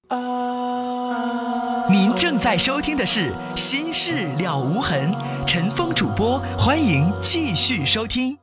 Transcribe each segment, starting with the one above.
您正在收听的是《心事了无痕》，陈峰主播，欢迎继续收听。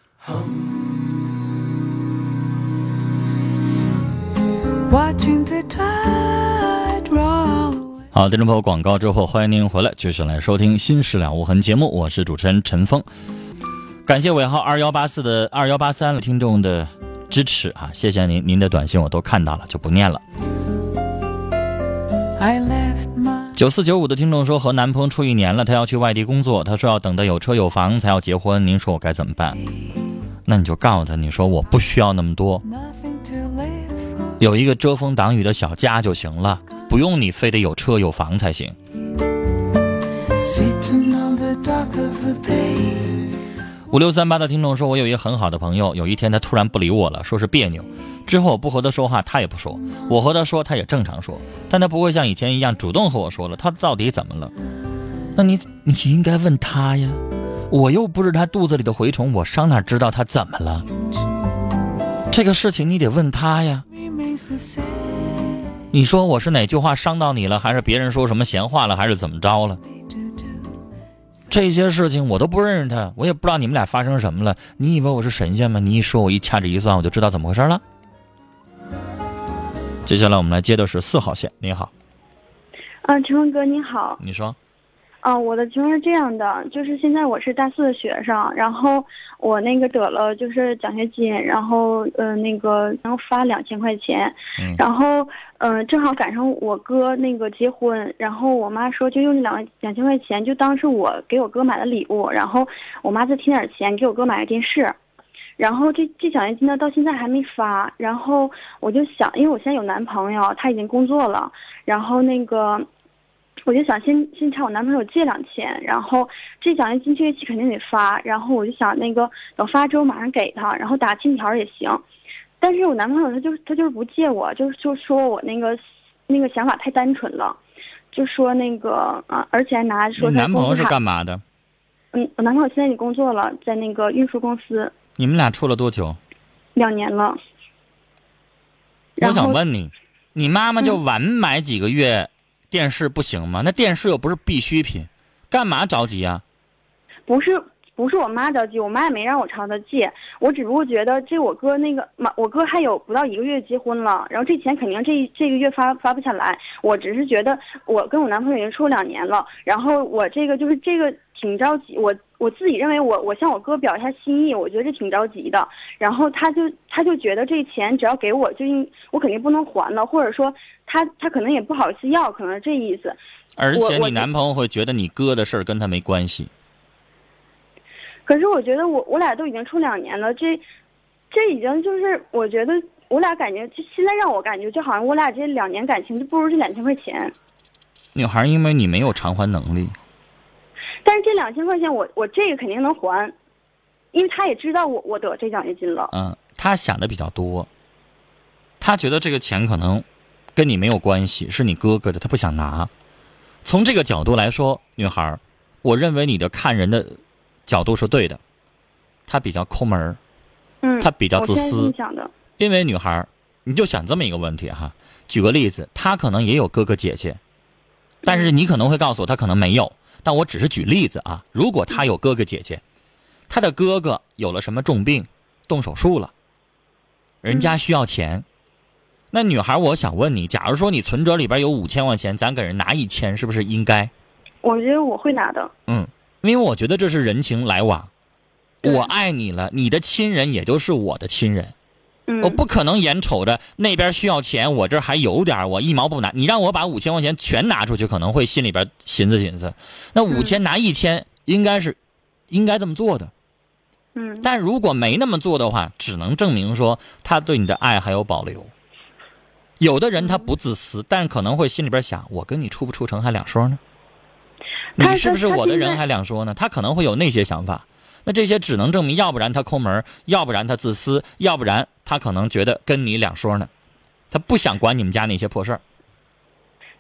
好，听众朋友，广告之后，欢迎您回来，继续来收听《心事了无痕》节目，我是主持人陈峰。感谢尾号2184的2183的听众的支持啊，谢谢您的短信我都看到了，就不念了。9495的听众说，和男朋友处1年了，他要去外地工作，他说要等到有车有房才要结婚，您说我该怎么办？那你就告诉他，你说我不需要那么多，有一个遮风挡雨的小家就行了，不用你非得有车有房才行。5638的听众说，我有一个很好的朋友，有一天他突然不理我了，说是别扭，之后我不和他说话，他也不说，我和他说他也正常说，但他不会像以前一样主动和我说了，他到底怎么了？那你应该问他呀，我又不是他肚子里的蛔虫，我上哪知道他怎么了？这个事情你得问他呀。你说我是哪句话伤到你了，还是别人说什么闲话了，还是怎么着了？这些事情我都不认识他，我也不知道你们俩发生什么了，你以为我是神仙吗？你一说我一掐指一算我就知道怎么回事了。接下来我们来接的是4号线，你好。 陈峰哥你好。 你说。 我的情况是这样的，就是现在我是大4的学生，然后我那个得了就是奖学金，然后能发2000块钱，然后正好赶上我哥那个结婚，然后我妈说就用这2000块钱就当是我给我哥买的礼物，然后我妈再添点钱给我哥买个电视，然后这奖学金呢到现在还没发，然后我就想，因为我现在有男朋友，他已经工作了，然后我就想先朝我男朋友借2000，然后这奖学金这学期肯定得发，然后我就想等发之后马上给他，然后打欠条也行。但是我男朋友他就是不借我，就说我那个想法太单纯了，就说而且还拿说他。 你男朋友是干嘛的？ 我男朋友现在已经工作了，在那个运输公司。 你们俩处了多久 ？2年了。 我想问你，你妈妈就晚买几个月电视不行吗？那电视又不是必需品，干嘛着急啊？ 不是我妈着急，我妈也没让我朝她借，我只不过觉得这我哥我哥还有不到1个月结婚了，然后这钱肯定这个月发不下来，我只是觉得我跟我男朋友已经处了2年了，然后我这个挺着急，我自己认为我向我哥表一下心意，我觉得这挺着急的，然后他就觉得这钱只要给我我肯定不能还了，或者说他可能也不好意思要，可能是这意思。 而且你男朋友会觉得你哥的事儿跟他没关系。 可是我觉得我俩都已经处2年了，这已经就是我觉得我俩感觉现在让我感觉就好像我俩这2年感情就不如这2000块钱。 女孩，因为你没有偿还能力。 但是这2000块钱我这个肯定能还，因为他也知道我得这奖学金了。 他想的比较多，他觉得这个钱可能跟你没有关系，是你哥哥的，他不想拿。从这个角度来说，女孩，我认为你的看人的角度是对的，他比较抠门，他比较自私。因为女孩，你就想这么一个问题哈，举个例子，他可能也有哥哥姐姐，但是你可能会告诉我他可能没有，但我只是举例子啊。如果他有哥哥姐姐，他的哥哥有了什么重病，动手术了，人家需要钱，那女孩，我想问你，假如说你存折里边有5000块钱，咱给人拿1000，是不是应该？ 我觉得我会拿的。 因为我觉得这是人情来往，我爱你了，你的亲人也就是我的亲人，我不可能眼瞅着那边需要钱，我这还有点，我1毛不拿，你让我把5000块钱全拿出去，可能会心里边寻思，那5000拿1000应该这么做的。但如果没那么做的话，只能证明说他对你的爱还有保留。有的人他不自私，但可能会心里边想，我跟你处不处成还两说呢，你是不是我的人还两说呢，他可能会有那些想法。那这些只能证明，要不然他抠门，要不然他自私，要不然他可能觉得跟你两说呢，他不想管你们家那些破事儿。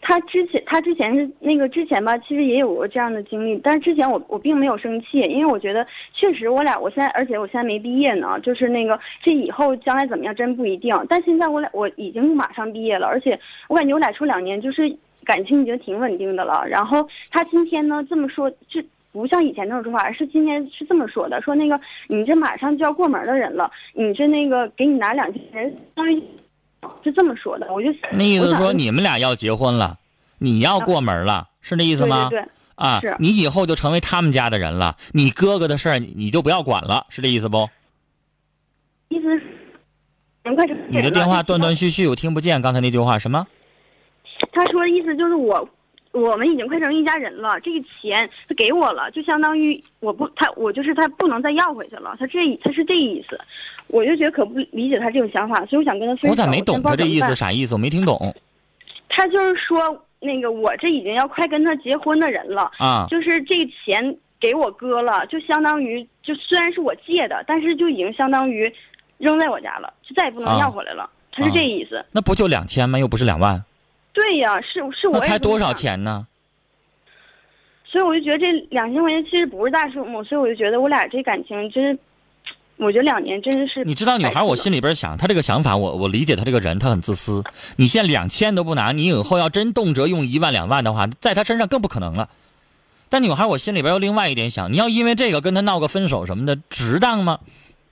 他之前是那个之前吧，其实也有过这样的经历，但是之前我并没有生气，因为我觉得确实我现在没毕业呢，就是那个这以后将来怎么样真不一定。但现在我已经马上毕业了，而且我感觉我俩处2年，就是感情已经挺稳定的了。然后他今天呢这么说，这不像以前那种说法，而是今天是这么说的，说那个你这马上就要过门的人了，你这那个给你拿2000，相当于是这么说的。我就那意思说你们俩要结婚了，你要过门了，是这意思吗？ 对， 啊， 是你以后就成为他们家的人了，你哥哥的事儿你就不要管了，是这意思不？ 意思是你的电话断断续续，我听不见刚才那句话什么？ 他说的意思就是我们已经快成一家人了，这个钱他给我了，就相当于他不能再要回去了，他是这意思。我就觉得可不理解他这种想法，所以我想跟他分手。 我咋没懂他这意思？啥意思？我没听懂。 他就是说那个我这已经要快跟他结婚的人了啊， 就是这个钱给我哥了，就相当于就虽然是我借的，但是就已经相当于扔在我家了，就再也不能要回来了。他是这意思。 那不就2000吗？又不是2万。 对呀，是我。 那才多少钱呢？ 所以我就觉得这2000块钱其实不是大数目，所以我就觉得我俩这感情真是，我觉得2年真的是。 你知道女孩我心里边想，她这个想法我理解她这个人，她很自私。你现在2000都不拿，你以后要真动辄用1万2万的话，在她身上更不可能了。但女孩我心里边有另外一点想，你要因为这个跟她闹个分手什么的，值当吗？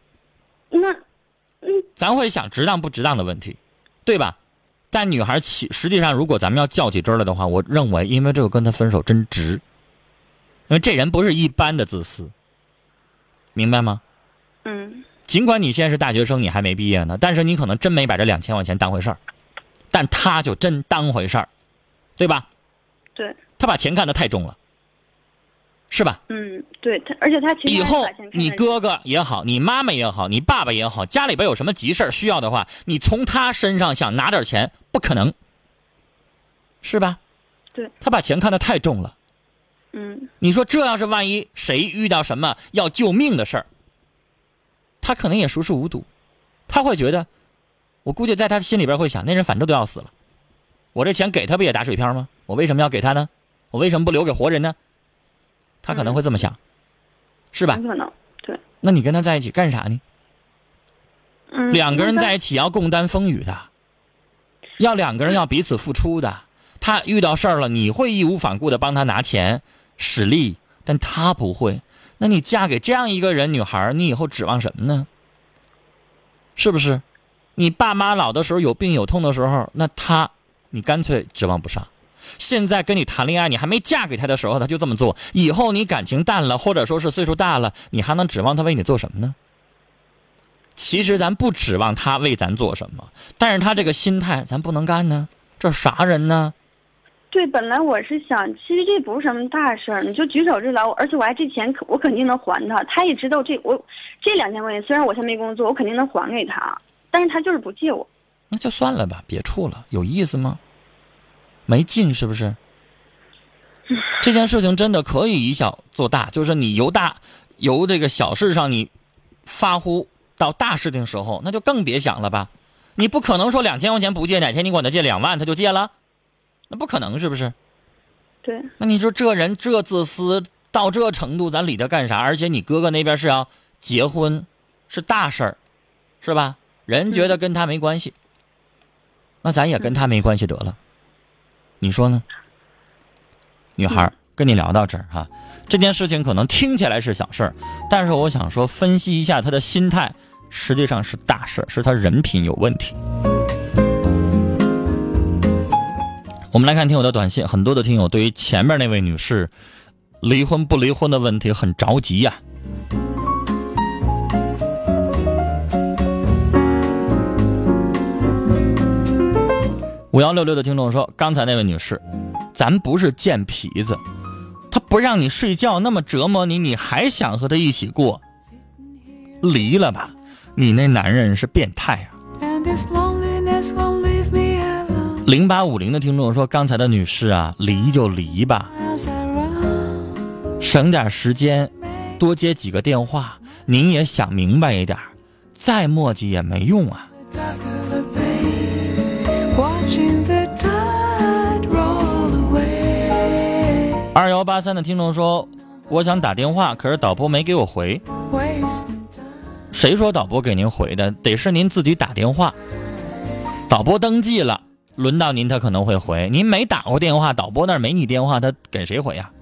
咱会想值当不值当的问题，对吧？但女孩实际上，如果咱们要较起真了的话，我认为因为这个跟她分手真值，因为这人不是一般的自私，明白吗？尽管你现在是大学生，你还没毕业呢，但是你可能真没把这2000块钱当回事儿，但他就真当回事儿，对吧？ 对。 他把钱看得太重了，是吧？ 对，而且他其实以后你哥哥也好，你妈妈也好，你爸爸也好，家里边有什么急事儿需要的话，你从他身上想拿点钱，不可能，是吧？ 对。 他把钱看得太重了。你说这要是万一谁遇到什么要救命的事儿，他可能也熟视无睹，他会觉得，我估计在他心里边会想，那人反正都要死了，我这钱给他不也打水漂吗？我为什么要给他呢？我为什么不留给活人呢？他可能会这么想，是吧？ 可能，对。 那你跟他在一起干啥呢？两个人在一起要共担风雨的，要两个人要彼此付出的。他遇到事儿了，你会义无反顾的帮他拿钱使力，但他不会。那你嫁给这样一个人，女孩，你以后指望什么呢？是不是？你爸妈老的时候有病有痛的时候，那你干脆指望不上。现在跟你谈恋爱，你还没嫁给他的时候他就这么做，以后你感情淡了，或者说是岁数大了，你还能指望他为你做什么呢？其实咱不指望他为咱做什么，但是他这个心态咱不能干呢，这啥人呢？ 对，本来我是想，其实这不是什么大事儿，你就举手之劳，而且我还这钱我肯定能还他，他也知道这2000块钱虽然我现在没工作，我肯定能还给他，但是他就是不借我。 那就算了吧，别处了，有意思吗？没劲，是不是？这件事情真的可以以小做大，就是你由这个小事上你发乎到大事情的时候，那就更别想了吧。你不可能说2000块钱不借，哪天你管他借2万他就借了，那不可能，是不是？ 对。 那你说这人这自私到这程度，咱理他干啥？而且你哥哥那边是要结婚，是大事儿，是吧？人觉得跟他没关系，那咱也跟他没关系得了。你说呢？女孩，跟你聊到这儿哈，这件事情可能听起来是小事儿，但是我想说，分析一下他的心态，实际上是大事，是他人品有问题。我们来看听友的短信，很多的听友对于前面那位女士离婚不离婚的问题很着急呀。5166的听众说，刚才那位女士，咱不是贱皮子，他不让你睡觉那么折磨你，你还想和他一起过，离了吧，你那男人是变态啊。0850的听众说，刚才的女士啊，离就离吧，省点时间，多接几个电话，您也想明白一点，再磨叽也没用啊。watching the tide roll 8183的听众说，我想打电话，可是导播没给我回。谁说导播给您回的？得是您自己打电话，导播登记了，轮到您他可能会回。您没打过电话，导播那儿没你电话，他给谁回呀？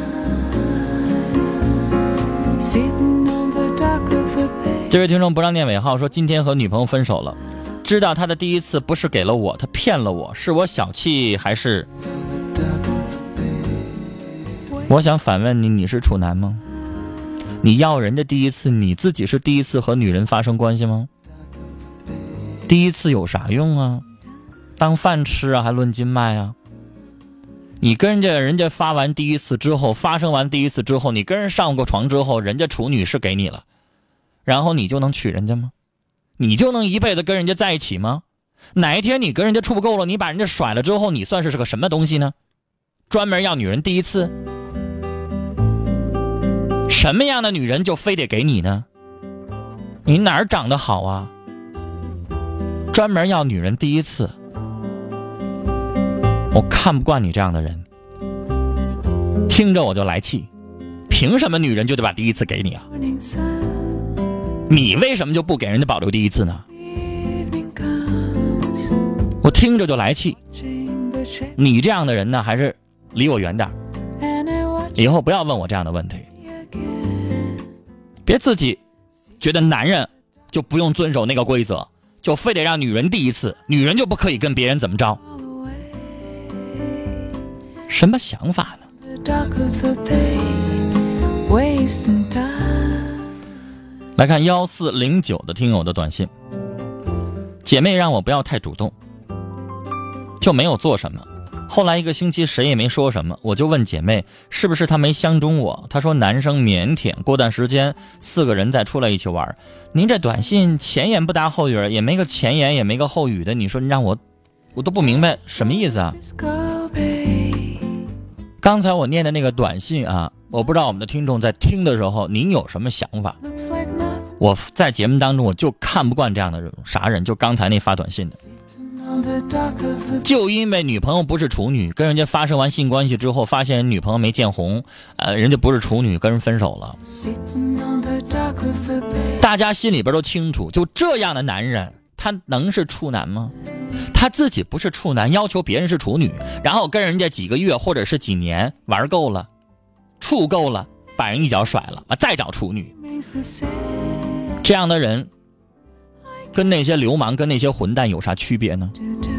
这位听众不让念尾号说，今天和女朋友分手了，知道他的第一次不是给了我，他骗了我，是我小气还是？我想反问你，你是处男吗？你要人的第一次，你自己是第一次和女人发生关系吗？第一次有啥用啊？当饭吃啊，还论斤卖啊？你跟人家发完第一次之后，发生完第一次之后，你跟人上过床之后，人家处女是给你了，然后你就能娶人家吗？你就能一辈子跟人家在一起吗？哪一天你跟人家处不够了，你把人家甩了之后，你算是个什么东西呢？专门要女人第一次？什么样的女人就非得给你呢？你哪儿长得好啊？专门要女人第一次？我看不惯你这样的人，听着我就来气。凭什么女人就得把第一次给你啊？你为什么就不给人家保留第一次呢？我听着就来气。你这样的人呢，还是离我远点，以后不要问我这样的问题。别自己觉得男人就不用遵守那个规则，就非得让女人第一次，女人就不可以跟别人怎么着？什么想法呢？来看1409的听友的短信，姐妹让我不要太主动，就没有做什么。后来1个星期谁也没说什么，我就问姐妹是不是她没相中我，她说男生腼腆。过段时间4个人再出来一起玩，您这短信前言不搭后语，也没个前言也没个后语的，你说你让我都不明白什么意思啊？刚才我念的那个短信啊，我不知道我们的听众在听的时候您有什么想法。我在节目当中我就看不惯这样的人，啥人？就刚才那发短信的，就因为女朋友不是处女，跟人家发生完性关系之后，发现女朋友没见红，人家不是处女，跟人分手了。大家心里边都清楚，就这样的男人他能是处男吗？他自己不是处男，要求别人是处女，然后跟人家几个月或者是几年玩够了，处够了，把人一脚甩了，再找处女。这样的人跟那些流氓跟那些混蛋有啥区别呢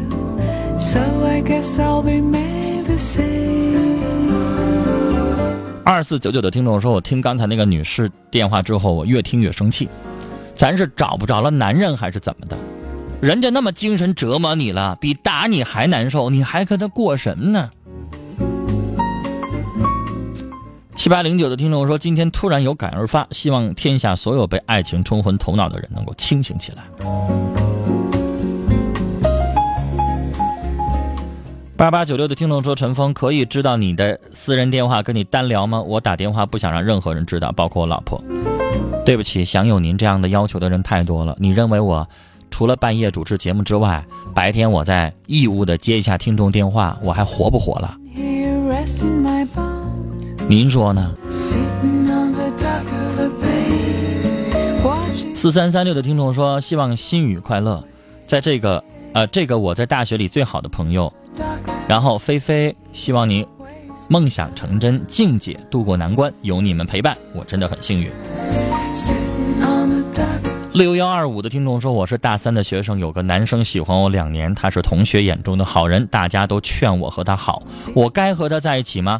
？2499的听众说，我听刚才那个女士电话之后，我越听越生气。咱是找不着了男人还是怎么的？人家那么精神折磨你了，比打你还难受，你还跟他过什么呢？7809的听众说，今天突然有感而发，希望天下所有被爱情冲昏头脑的人能够清醒起来。8896的听众说，陈峰，可以知道你的私人电话跟你单聊吗？我打电话不想让任何人知道，包括我老婆。对不起，享有您这样的要求的人太多了。你认为我除了半夜主持节目之外，白天我在义务的接一下听众电话，我还活不活了？您说呢？4336的听众说，希望心语快乐，在这个我在大学里最好的朋友，然后菲菲希望你梦想成真，静姐度过难关，有你们陪伴，我真的很幸运。6125的听众说，我是大3的学生，有个男生喜欢我2年，他是同学眼中的好人，大家都劝我和他好，我该和他在一起吗？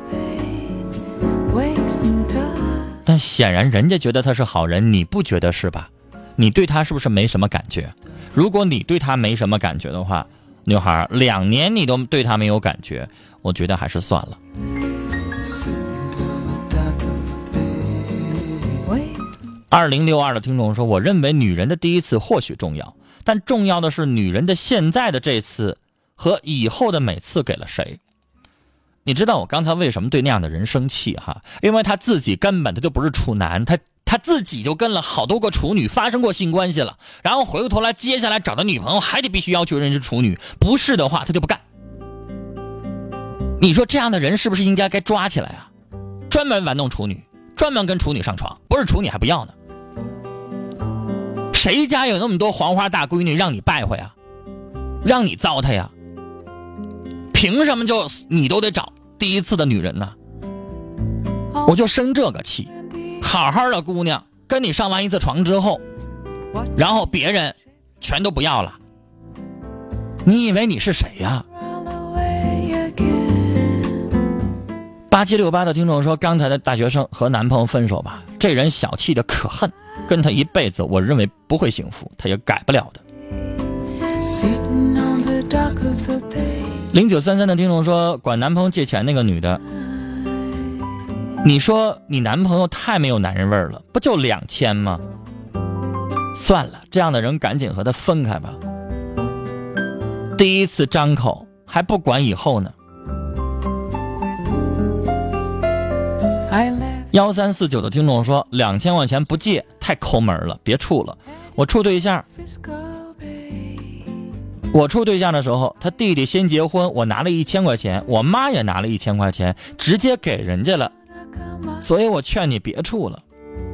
但显然人家觉得他是好人，你不觉得是吧？你对他是不是没什么感觉？如果你对他没什么感觉的话，女孩2年你都对他没有感觉，我觉得还是算了。2062的听众说，我认为女人的第一次或许重要，但重要的是女人的现在的这次和以后的每次给了谁。你知道我刚才为什么对那样的人生气哈？因为他自己根本他就不是处男，他自己就跟了好多个处女发生过性关系了，然后回过头来接下来找的女朋友还得必须要求人是处女，不是的话他就不干。 你说这样的人是不是应该抓起来啊？专门玩弄处女，专门跟处女上床，不是处女还不要呢。谁家有那么多黄花大闺女让你败坏啊，让你糟蹋呀？凭什么就你都得找第一次的女人呢？我就生这个气。好好的姑娘跟你上完一次床之后，然后别人全都不要了，你以为你是谁呀？8768的听众说，刚才的大学生和男朋友分手吧，这人小气的可恨，跟他一辈子我认为不会幸福，他也改不了的。0933的听众说，管男朋友借钱那个女的，你说你男朋友太没有男人味儿了，不就2000吗？算了，这样的人赶紧和他分开吧。第一次张口还不管以后呢。1349的听众说，2000块钱不借太抠门了，别处了。我处对象的时候，他弟弟先结婚，我拿了1000块钱，我妈也拿了1000块钱，直接给人家了，所以我劝你别处了。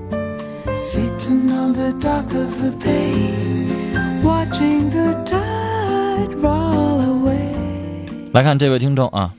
来看这位听众啊，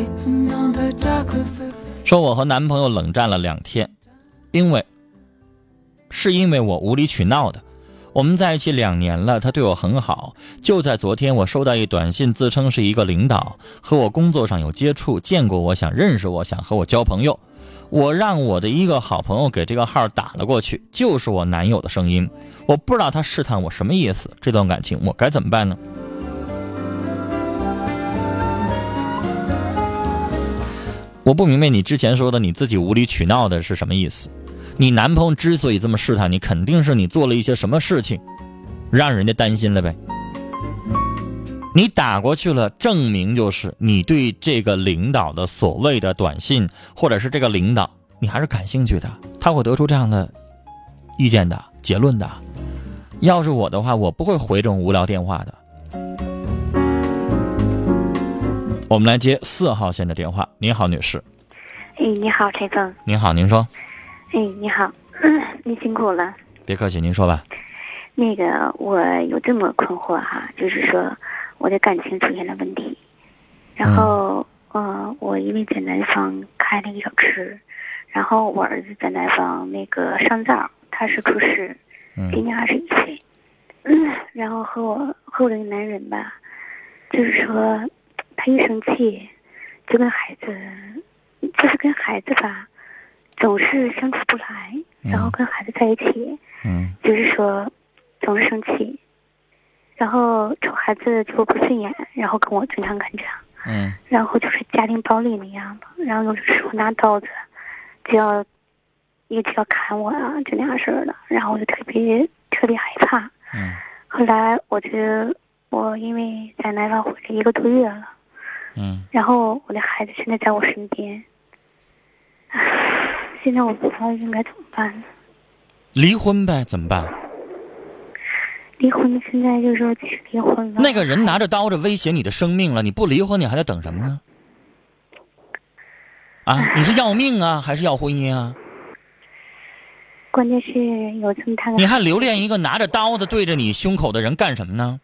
说我和男朋友冷战了2天，因为我无理取闹的。我们在一起2年了，他对我很好。就在昨天，我收到一短信，自称是一个领导，和我工作上有接触，见过我，想认识我，想和我交朋友。我让我的一个好朋友给这个号打了过去，就是我男友的声音。我不知道他试探我什么意思，这段感情我该怎么办呢？我不明白你之前说的你自己无理取闹的是什么意思。你男朋友之所以这么试探你，肯定是你做了一些什么事情让人家担心了呗。你打过去了，证明就是你对这个领导的所谓的短信，或者是这个领导你还是感兴趣的，他会得出这样的意见的结论的。要是我的话，我不会回这种无聊电话的。我们来接4号线的电话。你好，女士。 你好，陈峰。 您好，您说。 你好，你辛苦了。 别客气，您说吧。 那个，我有这么困惑哈，就是说我的感情出现了问题，然后我因为在南方开了一个小吃，然后我儿子在南方那个上灶，他是厨师，今年21岁，然后和我这个男人吧，就是说他一生气就跟孩子吧总是相处不来，然后跟孩子在一起，就是说总是生气，然后瞅孩子就不顺眼，然后跟我经常干仗，然后就是家庭暴力那样的，然后有的时候拿刀子就要砍我啊，这样式的，然后我就特别害怕。后来我因为在南方回来1个多月了，然后我的孩子现在在我身边。现在我不知道应该怎么办呢？ 离婚呗，怎么办？ 离婚，现在就是说继续离婚了。 那个人拿着刀子威胁你的生命了，你不离婚，你还在等什么呢？啊，你是要命啊，还是要婚姻啊？ 关键是有这么大的。 你还留恋一个拿着刀子对着你胸口的人干什么呢？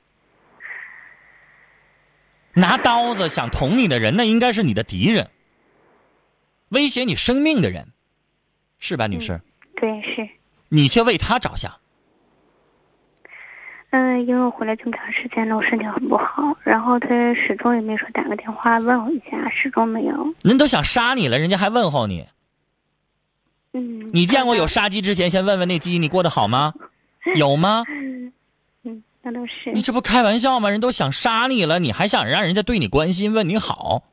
拿刀子想捅你的人，那应该是你的敌人。威胁你生命的人，是吧，女士？ 对，是。 你却为他着想。 因为我回来这么长时间了，我身体很不好，然后他始终也没说打个电话问候一下，始终没有。 人都想杀你了，人家还问候你。你见过有杀鸡之前先问问那鸡你过得好吗？有吗？ 那都是。 你这不开玩笑吗？人都想杀你了，你还想让人家对你关心问你好？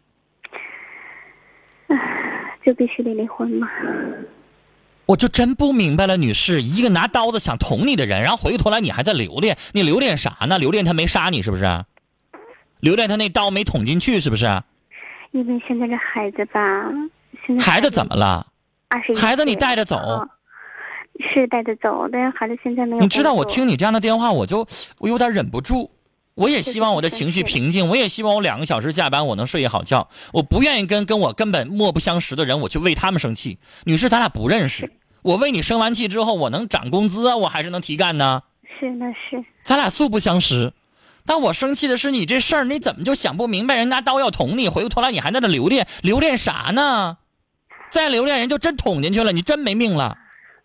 就必须得离婚吗？ 我就真不明白了，女士，一个拿刀子想捅你的人，然后回过头来你还在留恋，你留恋啥呢？留恋他没杀你是不是？留恋他那刀没捅进去是不是？ 因为现在这孩子吧，现在孩子怎么了？21岁，孩子你带着走。是带着走，但是孩子现在没有。 你知道我听你这样的电话，我有点忍不住， 我也希望我的情绪平静，我也希望我2个小时下班我能睡一好觉，我不愿意跟我根本莫不相识的人我去为他们生气。女士，咱俩不认识，我为你生完气之后我能涨工资啊，我还是能提干呢。 是，那是咱俩素不相识，但我生气的是你这事儿，你怎么就想不明白？人拿刀要捅你，回过头来你还在那留恋啥呢？再留恋人就真捅进去了，你真没命了，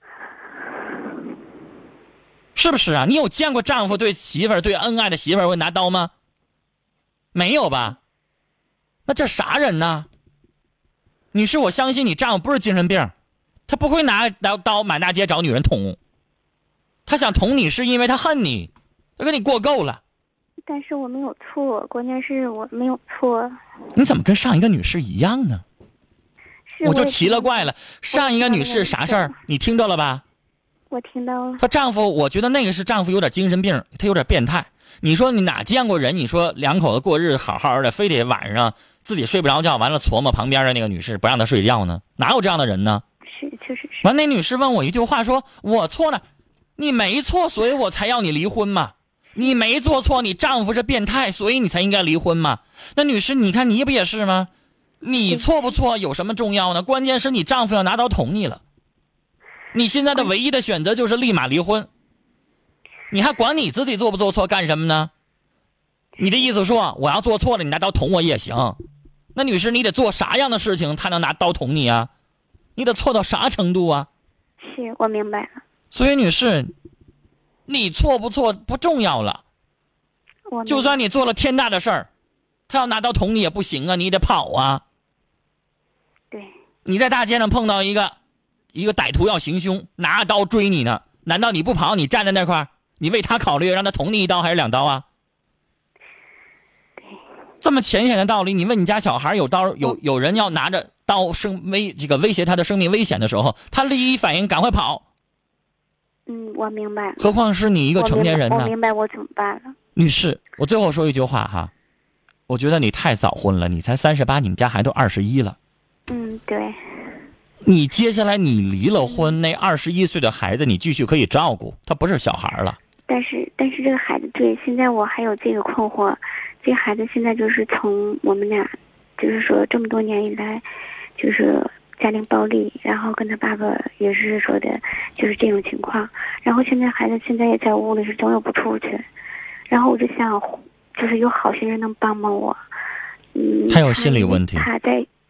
是不是啊？你有见过丈夫对媳妇儿对恩爱的媳妇儿会拿刀吗？没有吧？那这啥人呢？女士，我相信你丈夫不是精神病，他不会拿刀满大街找女人捅，他想捅你是因为他恨你，他跟你过够了。 但是我没有错，关键是我没有错。 你怎么跟上一个女士一样呢？我就奇了怪了，上一个女士啥事儿？你听着了吧？ 我听到了。 她丈夫，我觉得那个是丈夫有点精神病，他有点变态。你说你哪见过人？你说2口子过日好好的，非得晚上自己睡不着觉，完了琢磨旁边的那个女士不让她睡觉呢？哪有这样的人呢？ 是，确实是。 完，那女士问我一句话，说我错了，你没错，所以我才要你离婚嘛。你没做错，你丈夫是变态，所以你才应该离婚嘛。那女士，你看你不也是吗？你错不错有什么重要呢？关键是你丈夫要拿刀捅你了，你现在的唯一的选择就是立马离婚。你还管你自己做不做错干什么呢？你的意思说我要做错了，你拿刀捅我也行。那女士，你得做啥样的事情才能拿刀捅你啊？你得错到啥程度啊？ 是，我明白了。 所以女士，你错不错不重要了，就算你做了天大的事儿，他要拿刀捅你也不行啊，你得跑啊。 对， 你在大街上碰到一个歹徒要行凶，拿着刀追你呢，难道你不跑？你站在那块儿，你为他考虑，让他捅你1刀还是2刀啊？ 对， 这么浅显的道理，你问你家小孩有刀，有人要拿着刀威胁他的生命危险的时候，他第一反应赶快跑。 我明白了。 何况是你一个成年人呢？ 我明白我怎么办了。 女士，我最后说一句话哈，我觉得你太早婚了，你才38，你们家孩子都21了。 对。 你接下来你离了婚，那21岁的孩子你继续可以照顾，他不是小孩了。 但是这个孩子，对，现在我还有这个困惑，这个孩子现在就是从我们俩，就是说这么多年以来，就是家庭暴力，然后跟他爸爸也是说的，就是这种情况。然后现在孩子现在也在屋里，是总有不出去。然后我就想，就是有好心人能帮帮我。 他有心理问题。 他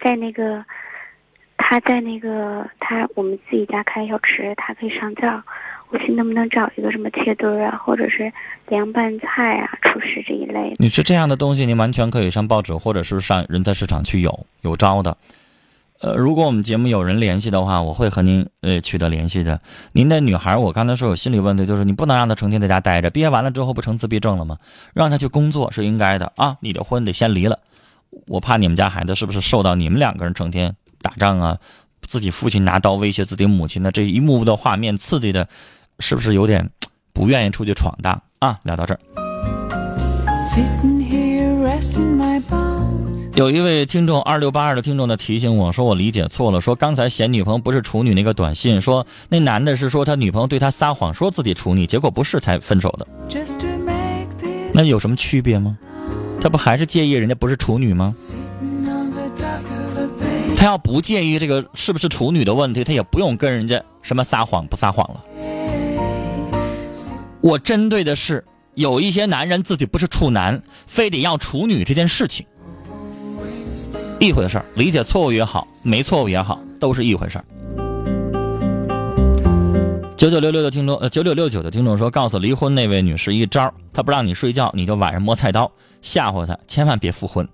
在那个我们自己家开小吃，他可以上灶。我去能不能找一个什么切墩啊，或者是凉拌菜啊、厨师这一类的。 你是这样的东西，你完全可以上报纸，或者是上人才市场去有招的。如果我们节目有人联系的话，我会和您取得联系的。您的女孩，我刚才说有心理问题，就是你不能让她成天在家待着，毕业完了之后不成自闭症了吗？让她去工作是应该的啊。你的婚得先离了，我怕你们家孩子是不是受到你们2个人成天打仗啊，自己父亲拿刀威胁自己母亲的这一幕幕的画面，刺激的，是不是有点不愿意出去闯荡啊？聊到这儿。有一位听众2682的听众的提醒我说，我理解错了，说刚才嫌女朋友不是处女那个短信，说那男的是说他女朋友对他撒谎，说自己处女，结果不是才分手的。那有什么区别吗？他不还是介意人家不是处女吗？他要不介意这个是不是处女的问题，他也不用跟人家什么撒谎不撒谎了。我针对的是有一些男人自己不是处男，非得要处女这件事情，一回事儿，理解错误也好，没错误也好，都是一回事儿。9966的听众9969的听众说，告诉离婚那位女士一招，她不让你睡觉，你就晚上摸菜刀吓唬她，千万别复婚。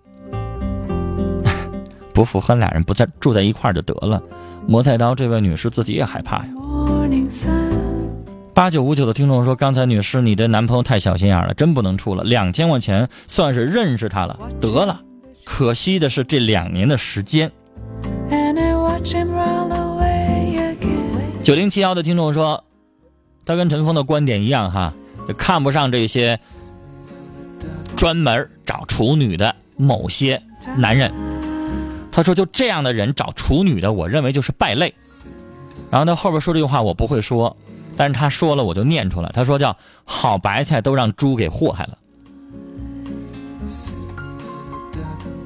不复婚，俩人不再住在一块儿就得了。磨菜刀，这位女士自己也害怕呀。8959的听众说，刚才女士，你的男朋友太小心眼了，真不能处了。2000块钱算是认识他了，得了。可惜的是这2年的时间。9071的听众说，他跟陈峰的观点一样哈，看不上这些专门找处女的某些男人。他说就这样的人找处女的，我认为就是败类。然后他后边说这句话我不会说，但是他说了我就念出来，他说叫好白菜都让猪给祸害了。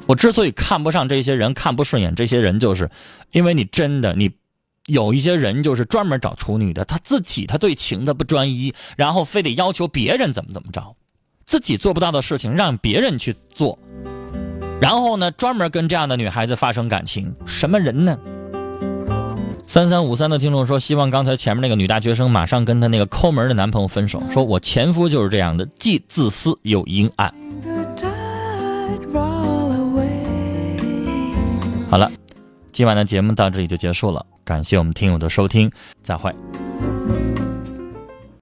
我之所以看不上这些人，看不顺眼这些人，就是因为你有一些人就是专门找处女的，他对情的不专一，然后非得要求别人怎么着，自己做不到的事情让别人去做，然后呢专门跟这样的女孩子发生感情，什么人呢？3353的听众说，希望刚才前面那个女大学生马上跟她那个抠门的男朋友分手，说我前夫就是这样的，既自私又阴暗。好了，今晚的节目到这里就结束了，感谢我们听友的收听，再会。